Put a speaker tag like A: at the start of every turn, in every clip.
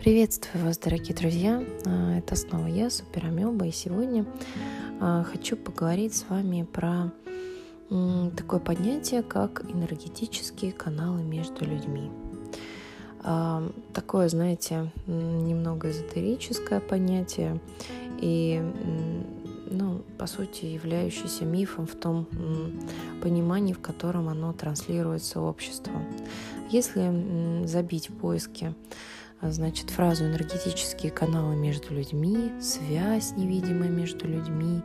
A: Приветствую вас, дорогие друзья! Это снова я, Суперамеба, и сегодня хочу поговорить с вами про такое понятие, как энергетические каналы между людьми. Такое, знаете, немного эзотерическое понятие и, по сути, являющееся мифом в том понимании, в котором оно транслируется обществом. Если забить в поиске фразу «энергетические каналы между людьми», «связь невидимая между людьми»,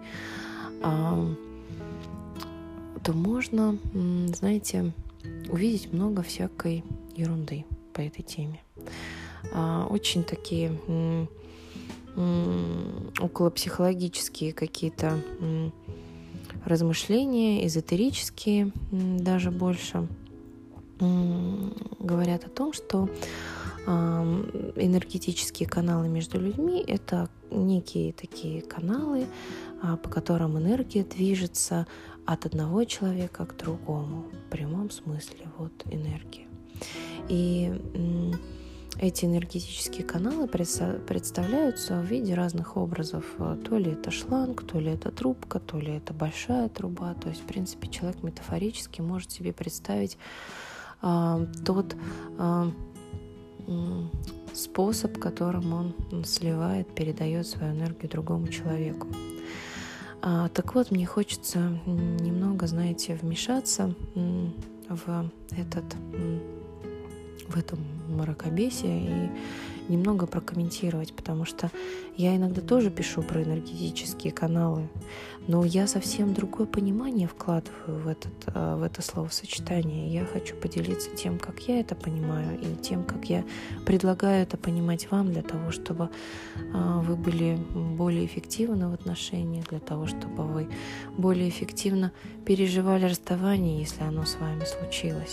A: то можно, увидеть много всякой ерунды по этой теме. Очень такие околопсихологические какие-то размышления, эзотерические даже больше, говорят о том, что энергетические каналы между людьми — это некие такие каналы, по которым энергия движется от одного человека к другому, в прямом смысле энергии. И эти энергетические каналы представляются в виде разных образов. То ли это шланг, то ли это трубка, то ли это большая труба. То есть, в принципе, человек метафорически может себе представить тот способ, которым он сливает, передает свою энергию другому человеку. Так вот, мне хочется немного, вмешаться в это мракобесие и немного прокомментировать, потому что я иногда тоже пишу про энергетические каналы, но я совсем другое понимание вкладываю в это словосочетание. Я хочу поделиться тем, как я это понимаю, и тем, как я предлагаю это понимать вам, для того, чтобы вы были более эффективны в отношениях, для того, чтобы вы более эффективно переживали расставание, если оно с вами случилось.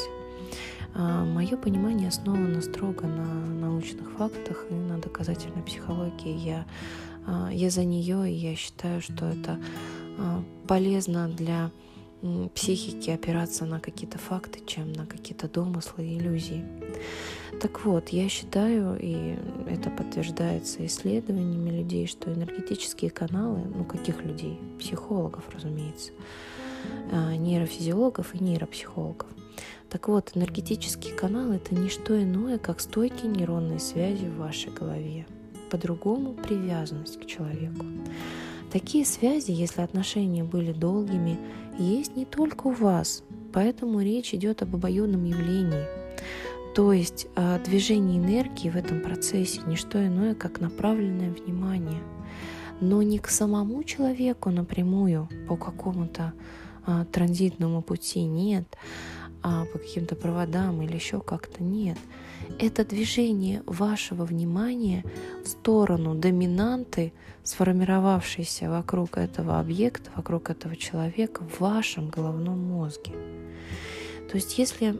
A: Мое понимание основано строго на научных фактах и на доказательной психологии. Я за нее, и я считаю, что это полезно для психики опираться на какие-то факты, чем на какие-то домыслы и иллюзии. Так вот, я считаю, и это подтверждается исследованиями людей, что энергетические каналы, каких людей? Психологов, разумеется, нейрофизиологов и нейропсихологов. Так вот, энергетические каналы — это не что иное, как стойкие нейронные связи в вашей голове. По-другому — привязанность к человеку. Такие связи, если отношения были долгими, есть не только у вас, поэтому речь идет об обоюдном явлении. То есть движение энергии в этом процессе не что иное, как направленное внимание. Но не к самому человеку напрямую, по какому-то транзитному пути, нет, по каким-то проводам или еще как-то, нет. Это движение вашего внимания в сторону доминанты, сформировавшейся вокруг этого объекта, вокруг этого человека в вашем головном мозге. То есть если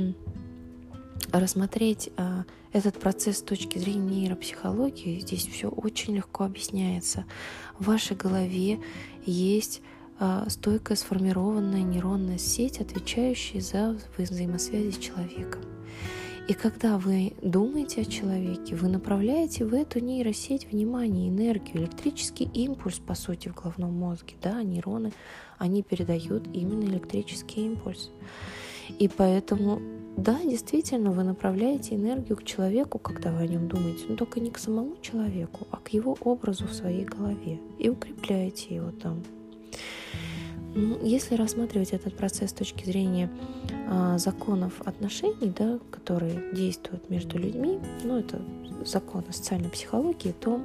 A: рассмотреть этот процесс с точки зрения нейропсихологии, здесь все очень легко объясняется. В вашей голове есть стойкая сформированная нейронная сеть, отвечающая за взаимосвязи с человеком. И когда вы думаете о человеке, вы направляете в эту нейросеть внимание, энергию, электрический импульс, по сути, в головном мозге. Да, нейроны, они передают именно электрический импульс. И поэтому, да, действительно, вы направляете энергию к человеку, когда вы о нем думаете, но только не к самому человеку, а к его образу в своей голове. И укрепляете его там. Если рассматривать этот процесс с точки зрения законов отношений, да, которые действуют между людьми, это законы социальной психологии, то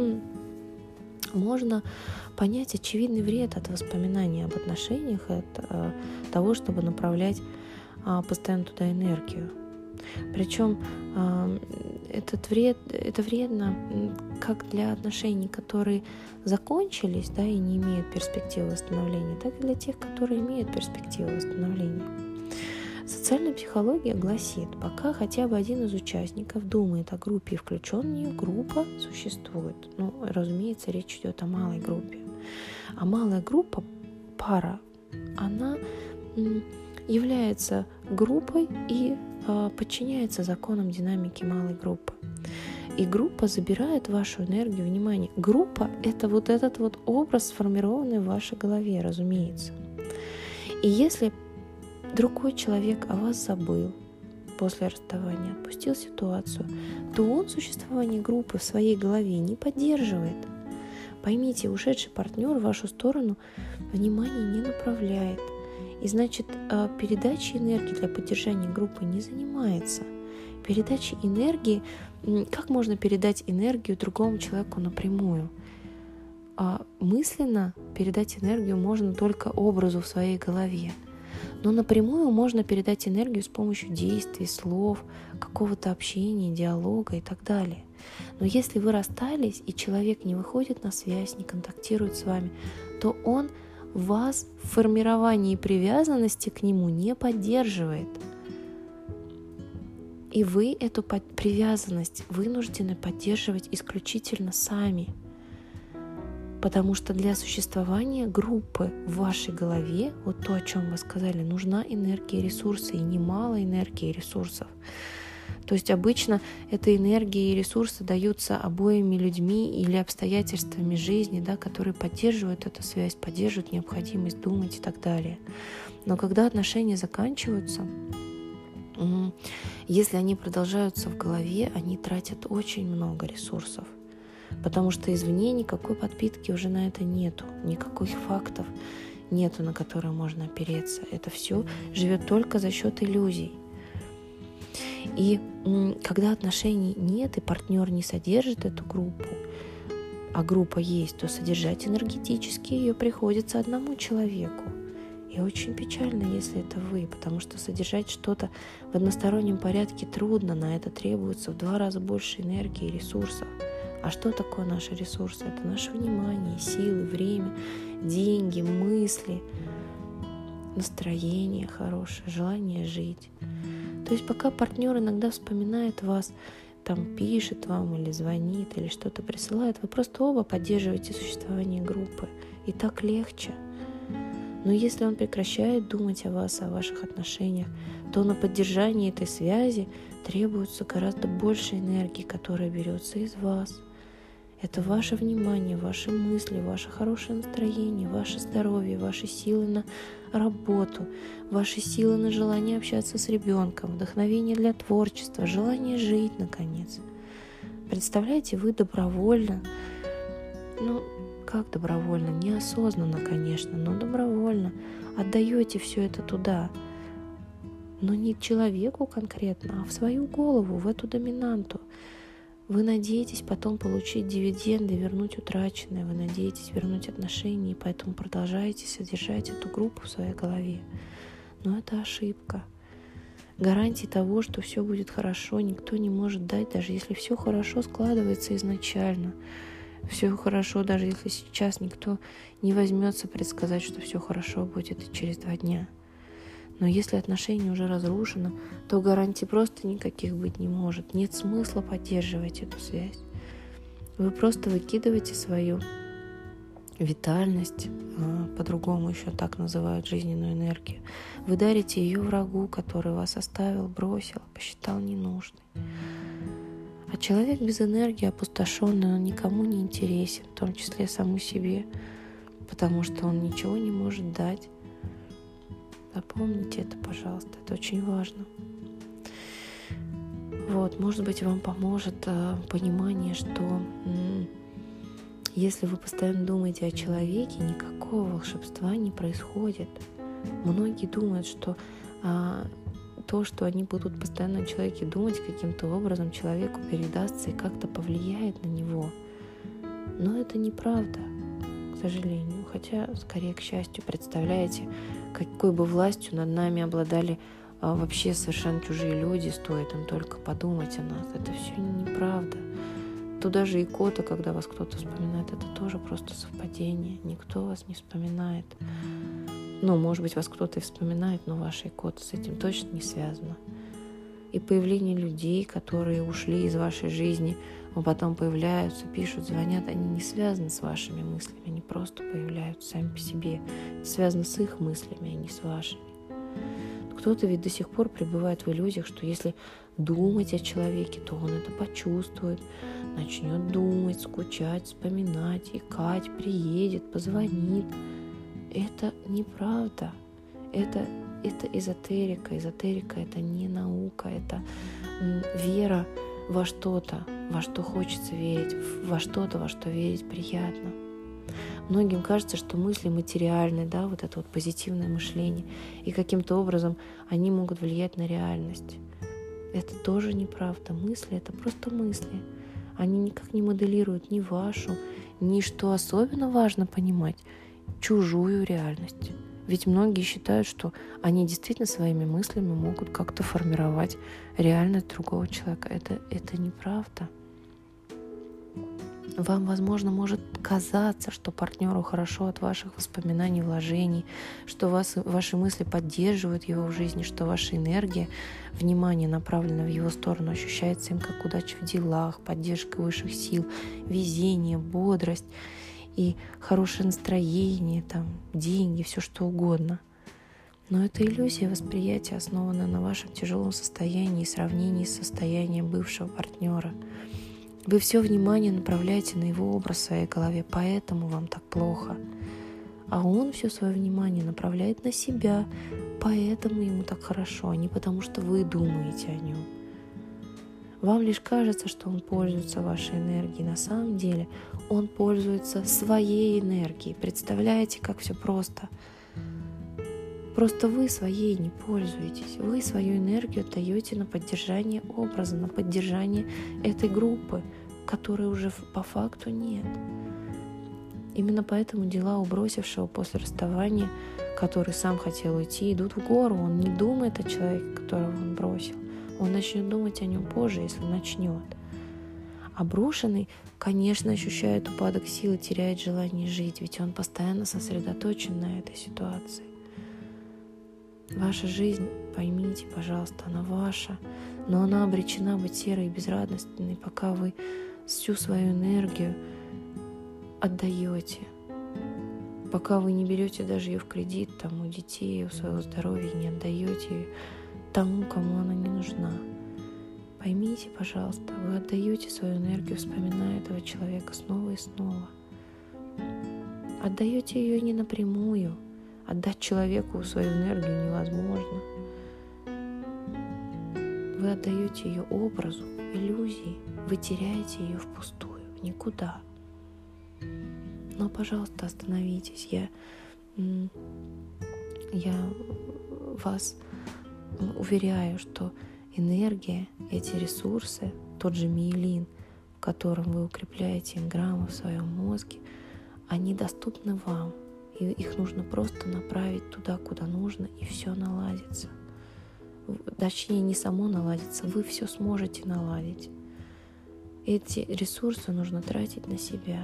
A: можно понять очевидный вред от воспоминаний об отношениях, от того, чтобы направлять постоянно туда энергию. Причем это вредно как для отношений, которые закончились, да, и не имеют перспективы восстановления, так и для тех, которые имеют перспективу восстановления. Социальная психология гласит, пока хотя бы один из участников думает о группе и включен в нее, группа существует. Разумеется, речь идет о малой группе. А малая группа, пара, она является группой и подчиняется законам динамики малой группы. И группа забирает вашу энергию, внимание. Группа — это вот этот вот образ, сформированный в вашей голове, разумеется. И если другой человек о вас забыл после расставания, отпустил ситуацию, то он существование группы в своей голове не поддерживает. Поймите, ушедший партнер в вашу сторону внимание не направляет. И значит, передачей энергии для поддержания группы не занимается. Передачей энергии, как можно передать энергию другому человеку напрямую? Мысленно передать энергию можно только образу в своей голове. Но напрямую можно передать энергию с помощью действий, слов, какого-то общения, диалога и так далее. Но если вы расстались, и человек не выходит на связь, не контактирует с вами, то он вас в формировании привязанности к нему не поддерживает. И вы эту привязанность вынуждены поддерживать исключительно сами. Потому что для существования группы в вашей голове, вот то, о чем вы сказали, нужна энергия и ресурсы, и немало энергии и ресурсов. То есть обычно эта энергия и ресурсы даются обоими людьми или обстоятельствами жизни, да, которые поддерживают эту связь, поддерживают необходимость думать и так далее. Но когда отношения заканчиваются, если они продолжаются в голове, они тратят очень много ресурсов. Потому что извне никакой подпитки уже на это нету, никаких фактов нету, на которые можно опереться. Это все живет только за счет иллюзий. И когда отношений нет, и партнер не содержит эту группу, а группа есть, то содержать энергетически ее приходится одному человеку. И очень печально, если это вы, потому что содержать что-то в одностороннем порядке трудно, на это требуется в 2 раза больше энергии и ресурсов. А что такое наши ресурсы? Это наше внимание, силы, время, деньги, мысли, настроение хорошее, желание жить. То есть пока партнер иногда вспоминает вас, там пишет вам или звонит, или что-то присылает, вы просто оба поддерживаете существование группы. И так легче. Но если он прекращает думать о вас, о ваших отношениях, то на поддержание этой связи требуется гораздо больше энергии, которая берется из вас. Это ваше внимание, ваши мысли, ваше хорошее настроение, ваше здоровье, ваши силы на работу, ваши силы на желание общаться с ребенком, вдохновение для творчества, желание жить, наконец. Представляете, вы добровольно, как добровольно, неосознанно, конечно, но добровольно отдаете все это туда. Но не человеку конкретно, а в свою голову, в эту доминанту. Вы надеетесь потом получить дивиденды, вернуть утраченное, вы надеетесь вернуть отношения, и поэтому продолжаете содержать эту группу в своей голове. Но это ошибка. Гарантии того, что все будет хорошо, никто не может дать, даже если все хорошо складывается изначально. Все хорошо, даже если сейчас никто не возьмется предсказать, что все хорошо будет и через 2 дня. Но если отношения уже разрушены, то гарантий просто никаких быть не может. Нет смысла поддерживать эту связь. Вы просто выкидываете свою витальность, по-другому еще так называют жизненную энергию. Вы дарите ее врагу, который вас оставил, бросил, посчитал ненужной. А человек без энергии, опустошенный, он никому не интересен, в том числе самому себе, потому что он ничего не может дать. Запомните это, пожалуйста, это очень важно. Может быть, вам поможет понимание, что если вы постоянно думаете о человеке, никакого волшебства не происходит. Многие думают, что то, что они будут постоянно о человеке думать, каким-то образом человеку передастся и как-то повлияет на него. Но это неправда, к сожалению. Хотя, скорее, к счастью, представляете, какой бы властью над нами обладали вообще совершенно чужие люди, стоит им только подумать о нас. Это все неправда. Туда же икота, когда вас кто-то вспоминает, это тоже просто совпадение. Никто вас не вспоминает. Может быть, вас кто-то и вспоминает, но ваша икота с этим точно не связана. И появление людей, которые ушли из вашей жизни, но потом появляются, пишут, звонят, они не связаны с вашими мыслями, они просто появляются сами по себе. Это связано с их мыслями, а не с вашими. Кто-то ведь до сих пор пребывает в иллюзиях, что если думать о человеке, то он это почувствует, начнет думать, скучать, вспоминать, икать, приедет, позвонит. Это неправда. Это эзотерика. Эзотерика — это не наука, это вера во что-то, во что хочется верить, во что-то, во что верить приятно. Многим кажется, что мысли материальны, да, вот это вот позитивное мышление, и каким-то образом они могут влиять на реальность. Это тоже неправда. Мысли — это просто мысли. Они никак не моделируют ни вашу, ни, что особенно важно понимать, чужую реальность. Ведь многие считают, что они действительно своими мыслями могут как-то формировать реальность другого человека. Это неправда. Вам, возможно, может казаться, что партнеру хорошо от ваших воспоминаний, вложений, что ваши мысли поддерживают его в жизни, что ваша энергия, внимание направлено в его сторону, ощущается им как удача в делах, поддержка высших сил, везение, бодрость и хорошее настроение, деньги, все что угодно. Но это иллюзия восприятия, основанная на вашем тяжелом состоянии и сравнении с состоянием бывшего партнера. Вы все внимание направляете на его образ в своей голове, поэтому вам так плохо. А он все свое внимание направляет на себя, поэтому ему так хорошо, а не потому, что вы думаете о нем. Вам лишь кажется, что он пользуется вашей энергией. На самом деле он пользуется своей энергией. Представляете, как все просто? Просто вы своей не пользуетесь. Вы свою энергию отдаете на поддержание образа, на поддержание этой группы, которой уже по факту нет. Именно поэтому дела у бросившего после расставания, который сам хотел уйти, идут в гору. Он не думает о человеке, которого он бросил. Он начнет думать о нем позже, если начнет. А брошенный, конечно, ощущает упадок сил и теряет желание жить, ведь он постоянно сосредоточен на этой ситуации. Ваша жизнь, поймите, пожалуйста, она ваша, но она обречена быть серой и безрадостной, пока вы всю свою энергию отдаете, пока вы не берете даже ее в кредит, у детей, у своего здоровья, не отдаете ее тому, кому она не нужна. Поймите, пожалуйста, вы отдаете свою энергию, вспоминая этого человека снова и снова. Отдаете ее не напрямую. Отдать человеку свою энергию невозможно. Вы отдаете ее образу, иллюзии. Вы теряете ее впустую, в никуда. Но, пожалуйста, остановитесь. Я вас уверяю, что энергия, эти ресурсы, тот же миелин, в котором вы укрепляете энграммы в своем мозге, они доступны вам. И их нужно просто направить туда, куда нужно, и все наладится. Точнее, не само наладится, вы все сможете наладить. Эти ресурсы нужно тратить на себя,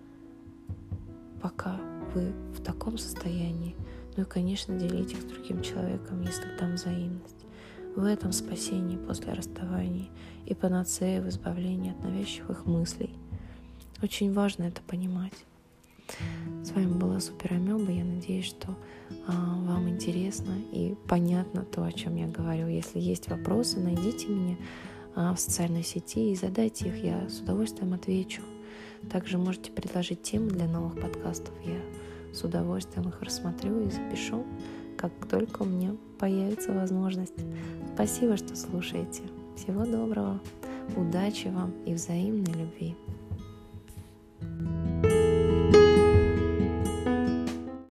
A: пока вы в таком состоянии. Ну и, конечно, делить их с другим человеком, если там взаимность. В этом спасение после расставания и панацея в избавлении от навязчивых мыслей. Очень важно это понимать. С вами была Супер Амеба. Я надеюсь, что вам интересно и понятно то, о чем я говорю. Если есть вопросы, найдите меня в социальной сети и задайте их. Я с удовольствием отвечу. Также можете предложить темы для новых подкастов. Я с удовольствием их рассмотрю и запишу, как только у меня появится возможность. Спасибо, что слушаете. Всего доброго, удачи вам и взаимной любви.